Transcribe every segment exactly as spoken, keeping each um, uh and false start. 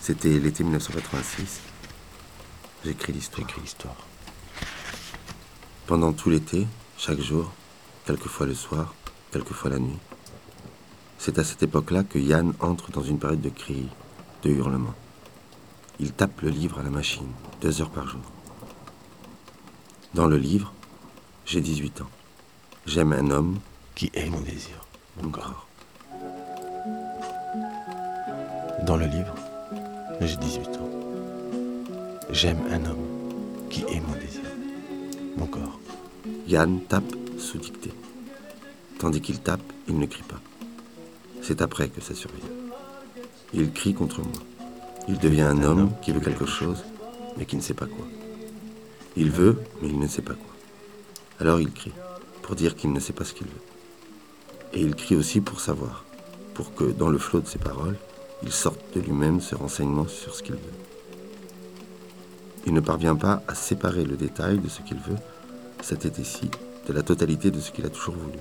C'était l'été mille neuf cent quatre-vingt-six. J'écris l'histoire. J'écris l'histoire. Pendant tout l'été, chaque jour, quelquefois le soir, quelquefois la nuit. C'est à cette époque-là que Yann entre dans une période de cris, de hurlements. Il tape le livre à la machine, deux heures par jour. Dans le livre, j'ai dix-huit ans. J'aime un homme Qui est mon désir, mon corps. corps. Dans le livre, j'ai dix-huit ans. J'aime un homme qui est mon désir, mon corps. Yann tape sous dictée. Tandis qu'il tape, il ne crie pas. C'est après que ça survient. Il crie contre moi. Il devient un homme qui veut quelque chose, mais qui ne sait pas quoi. Il veut, mais il ne sait pas quoi. Alors il crie, pour dire qu'il ne sait pas ce qu'il veut. Et il crie aussi pour savoir, pour que, dans le flot de ses paroles, il sorte de lui-même ce renseignement sur ce qu'il veut. Il ne parvient pas à séparer le détail de ce qu'il veut, cet été-ci, de la totalité de ce qu'il a toujours voulu.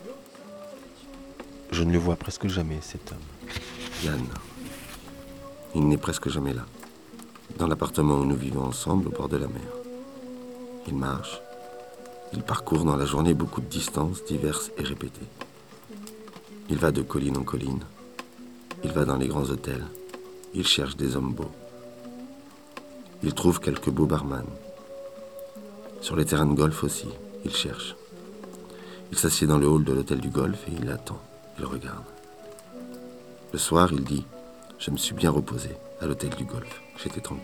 Je ne le vois presque jamais, cet homme. Yann, il n'est presque jamais là, dans l'appartement où nous vivons ensemble au bord de la mer. Il marche, il parcourt dans la journée beaucoup de distances diverses et répétées. Il va de colline en colline, il va dans les grands hôtels, il cherche des hommes beaux. Il trouve quelques beaux barman. Sur les terrains de golf aussi, il cherche. Il s'assied dans le hall de l'hôtel du golf et il attend, il regarde. Le soir, il dit « Je me suis bien reposé à l'hôtel du golf, j'étais tranquille. »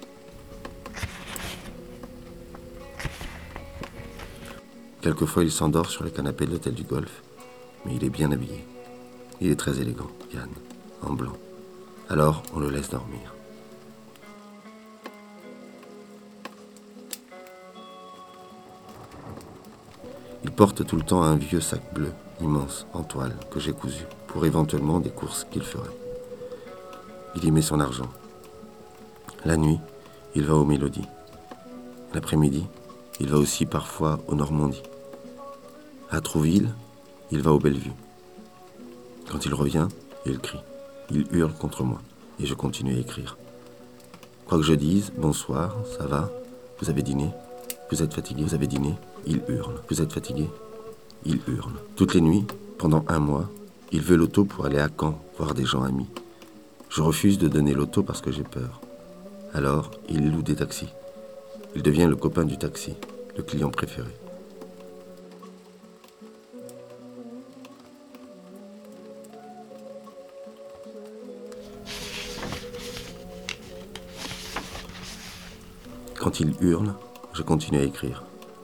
Quelquefois, il s'endort sur le canapé de l'hôtel du golf, mais il est bien habillé. Il est très élégant, Yann, en blanc. Alors, on le laisse dormir. Il porte tout le temps un vieux sac bleu, immense, en toile, que j'ai cousu, pour éventuellement des courses qu'il ferait. Il y met son argent. La nuit, il va aux Mélodies. L'après-midi, il va aussi parfois aux Normandies. À Trouville, il va aux Bellevues. Quand il revient, il crie. Il hurle contre moi, et je continue à écrire. Quoi que je dise, bonsoir, ça va, vous avez dîné, vous êtes fatigué, vous avez dîné, il hurle. Vous êtes fatigué, il hurle. Toutes les nuits, pendant un mois, il veut l'auto pour aller à Caen, voir des gens amis. Je refuse de donner l'auto parce que j'ai peur. Alors, il loue des taxis. Il devient le copain du taxi, le client préféré. Quand il hurle, je continue à écrire.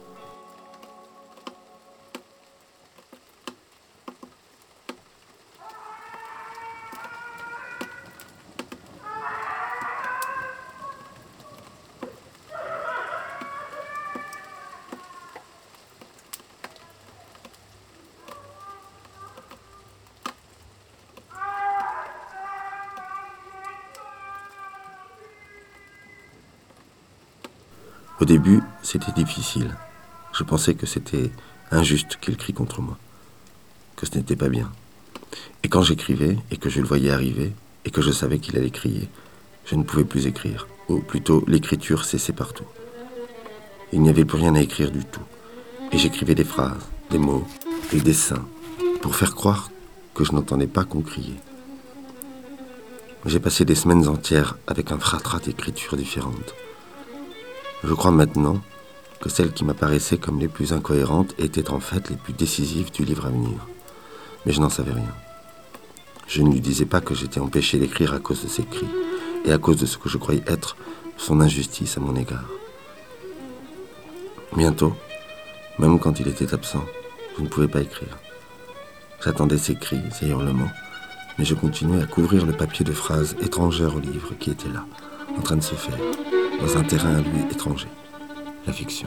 Au début, c'était difficile. Je pensais que c'était injuste qu'il crie contre moi, que ce n'était pas bien. Et quand j'écrivais, et que je le voyais arriver, et que je savais qu'il allait crier, je ne pouvais plus écrire, ou plutôt l'écriture cessait partout. Il n'y avait plus rien à écrire du tout, et j'écrivais des phrases, des mots, des dessins, pour faire croire que je n'entendais pas qu'on criait. J'ai passé des semaines entières avec un fratras d'écritures différentes. Je crois maintenant que celles qui m'apparaissaient comme les plus incohérentes étaient en fait les plus décisives du livre à venir. Mais je n'en savais rien. Je ne lui disais pas que j'étais empêché d'écrire à cause de ses cris et à cause de ce que je croyais être son injustice à mon égard. Bientôt, même quand il était absent, je ne pouvais pas écrire. J'attendais ses cris, ses hurlements, mais je continuais à couvrir le papier de phrases étrangères au livre qui était là, en train de se faire, dans un terrain à lui étranger, la fiction.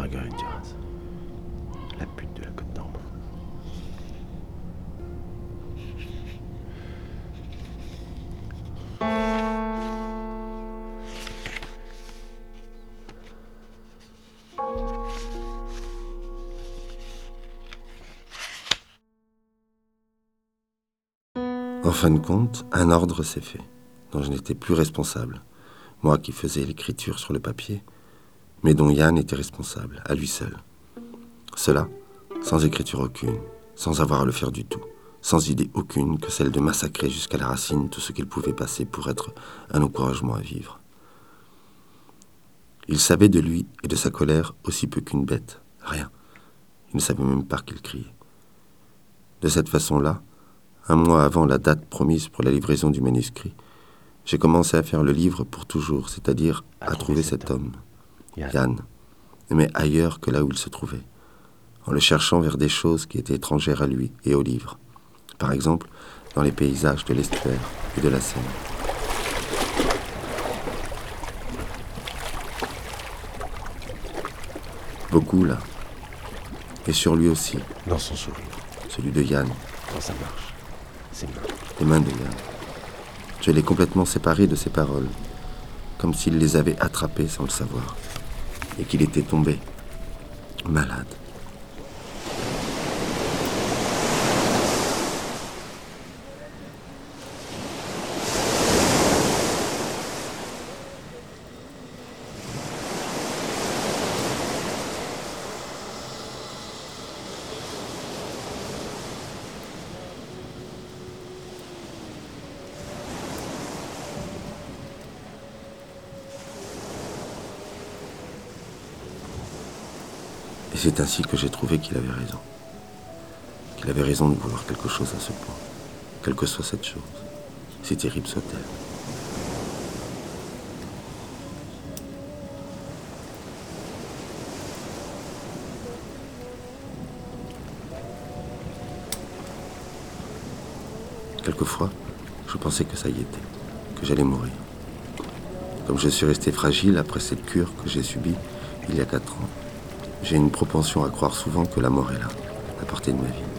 Marguerite Duras, la pute de la Côte d'Or. En fin de compte, un ordre s'est fait, dont je n'étais plus responsable, moi qui faisais l'écriture sur le papier, mais dont Yann était responsable, à lui seul. Cela, sans écriture aucune, sans avoir à le faire du tout, sans idée aucune que celle de massacrer jusqu'à la racine tout ce qu'il pouvait passer pour être un encouragement à vivre. Il savait de lui et de sa colère aussi peu qu'une bête, rien. Il ne savait même pas qu'il criait. De cette façon-là, un mois avant la date promise pour la livraison du manuscrit, j'ai commencé à faire le livre pour toujours, c'est-à-dire à, à trouver cet homme, Yann. Yann, mais ailleurs que là où il se trouvait, en le cherchant vers des choses qui étaient étrangères à lui et au livre, par exemple dans les paysages de l'estuaire et de la Seine. Beaucoup là, et sur lui aussi. Dans son sourire. Celui de Yann. Dans sa marche. Ses mains. Les mains de Yann. Je l'ai complètement séparé de ses paroles, comme s'il les avait attrapées sans le savoir, et qu'il était tombé, malade. Et c'est ainsi que j'ai trouvé qu'il avait raison. Qu'il avait raison de vouloir quelque chose à ce point, quelle que soit cette chose, si terrible soit-elle. Quelquefois, je pensais que ça y était, que j'allais mourir. Comme je suis resté fragile après cette cure que j'ai subie il y a quatre ans, j'ai une propension à croire souvent que la mort est là, à portée de ma vie.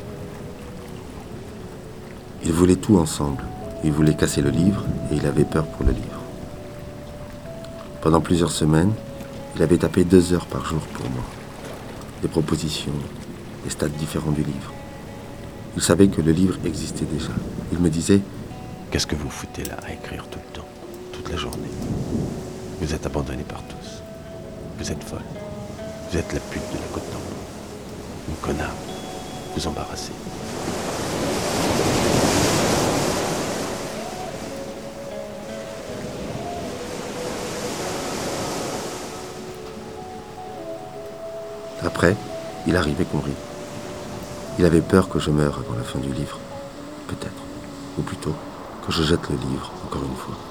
Il voulait tout ensemble. Il voulait casser le livre et il avait peur pour le livre. Pendant plusieurs semaines, il avait tapé deux heures par jour pour moi. Des propositions, des stades différents du livre. Il savait que le livre existait déjà. Il me disait « Qu'est-ce que vous foutez là à écrire tout le temps, toute la journée? Vous êtes abandonné par tous. Vous êtes folle. Vous êtes la pute de la Côte d'Or. Une connard. Vous embarrassez. » Après, il arrivait qu'on rit. Il avait peur que je meure avant la fin du livre. Peut-être. Ou plutôt, que je jette le livre, encore une fois.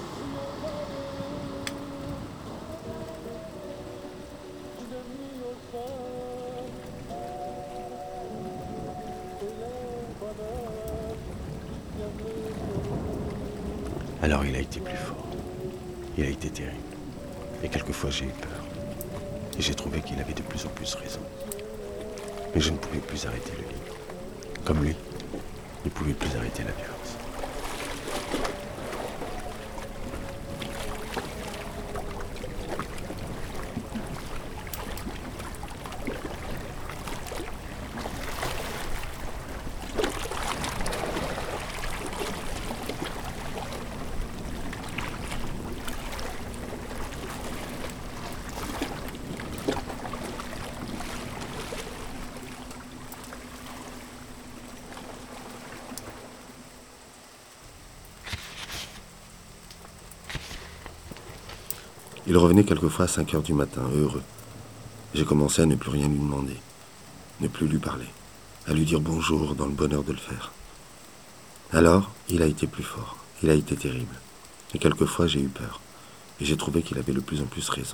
Alors il a été plus fort. Il a été terrible. Et quelquefois j'ai eu peur. Et j'ai trouvé qu'il avait de plus en plus raison. Mais je ne pouvais plus arrêter le livre. Comme lui, ne pouvait plus arrêter la violence. Il revenait quelquefois à cinq heures du matin, heureux. J'ai commencé à ne plus rien lui demander, ne plus lui parler, à lui dire bonjour dans le bonheur de le faire. Alors, il a été plus fort, il a été terrible. Et quelquefois, j'ai eu peur. Et j'ai trouvé qu'il avait de plus en plus raison.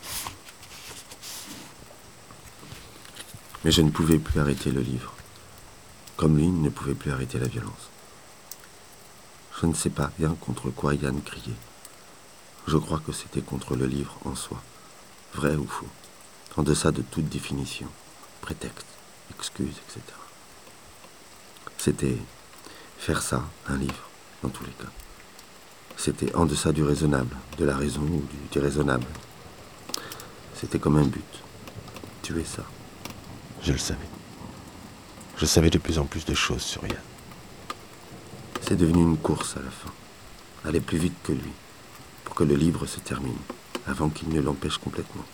Mais je ne pouvais plus arrêter le livre. Comme lui, il ne pouvait plus arrêter la violence. Je ne sais pas bien contre quoi Yann criait. Je crois que c'était contre le livre en soi, vrai ou faux. en deçà de toute définition, prétexte, excuse, et cetera. C'était faire ça, un livre, dans tous les cas. C'était en deçà du raisonnable, de la raison ou du déraisonnable. C'était comme un but. Tuer ça. Je le savais. Je savais de plus en plus de choses sur Yann. C'est devenu une course à la fin. Aller plus vite que lui, pour que le livre se termine, avant qu'il ne l'empêche complètement.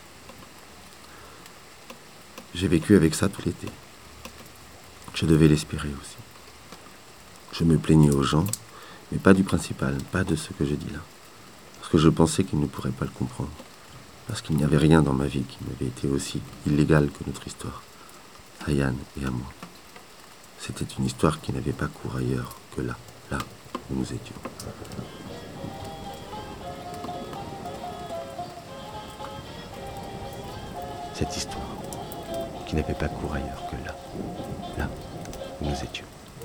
J'ai vécu avec ça tout l'été. Je devais l'espérer aussi. Je me plaignais aux gens, mais pas du principal, pas de ce que je dis là. Parce que je pensais qu'ils ne pourraient pas le comprendre. Parce qu'il n'y avait rien dans ma vie qui m'avait été aussi illégal que notre histoire, à Yann et à moi. C'était une histoire qui n'avait pas cours ailleurs que là, là où nous étions. Cette histoire qui n'avait pas cours ailleurs que là, là où nous étions.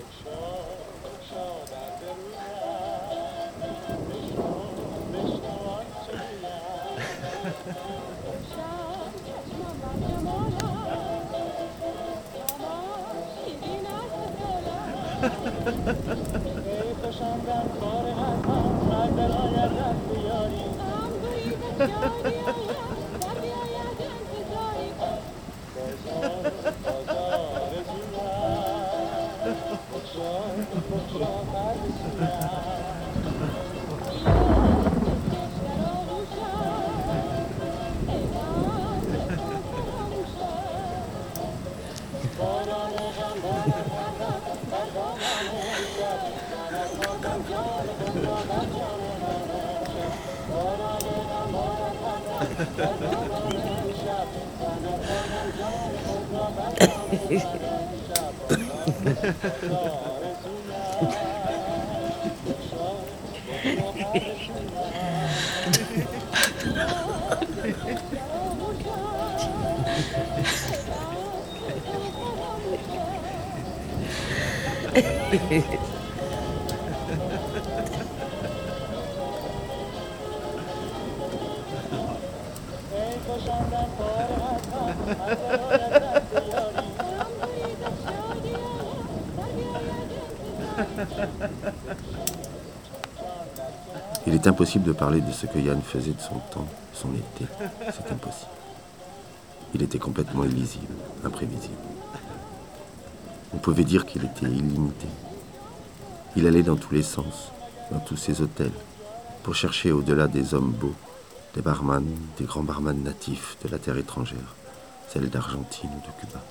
Il est impossible de parler de ce que Yann faisait de son temps, son été. C'est impossible. Il était complètement illisible, imprévisible. On pouvait dire qu'il était illimité. Il allait dans tous les sens, dans tous ces hôtels, pour chercher au-delà des hommes beaux, des barman, des grands barman natifs de la terre étrangère, celle d'Argentine ou de Cuba.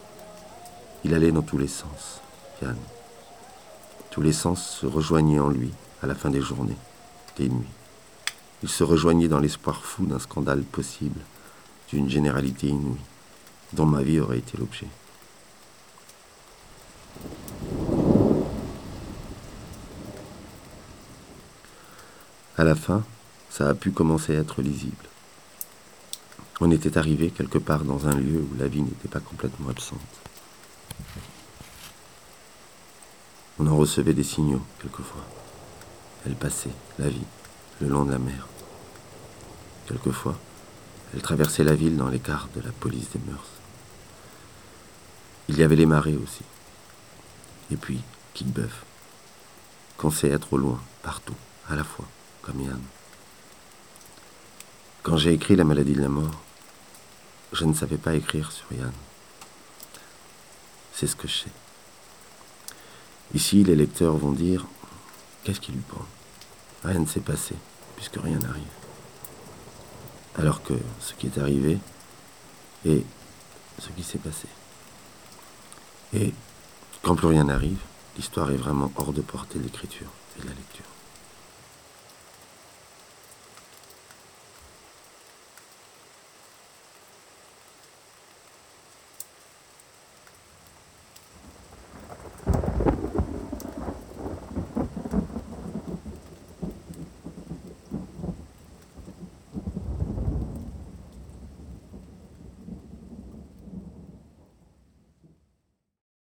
Il allait dans tous les sens, Yann. Tous les sens se rejoignaient en lui à la fin des journées, des nuits. Il se rejoignait dans l'espoir fou d'un scandale possible, d'une généralité inouïe, dont ma vie aurait été l'objet. À la fin, ça a pu commencer à être lisible. On était arrivé quelque part dans un lieu où la vie n'était pas complètement absente. On en recevait des signaux, quelquefois. Elle passait, la vie, le long de la mer. Quelquefois, elle traversait la ville dans les cars de la police des mœurs. Il y avait les marées aussi. Et puis, Quillebeuf. Qu'on sait être au loin, partout, à la fois, comme Yann. Quand j'ai écrit La maladie de la mort, je ne savais pas écrire sur Yann. C'est ce que je sais. Ici, les lecteurs vont dire « Qu'est-ce qui lui prend ? Rien ne s'est passé, puisque rien n'arrive. » Alors que ce qui est arrivé est ce qui s'est passé. Et quand plus rien n'arrive, l'histoire est vraiment hors de portée de l'écriture et de la lecture.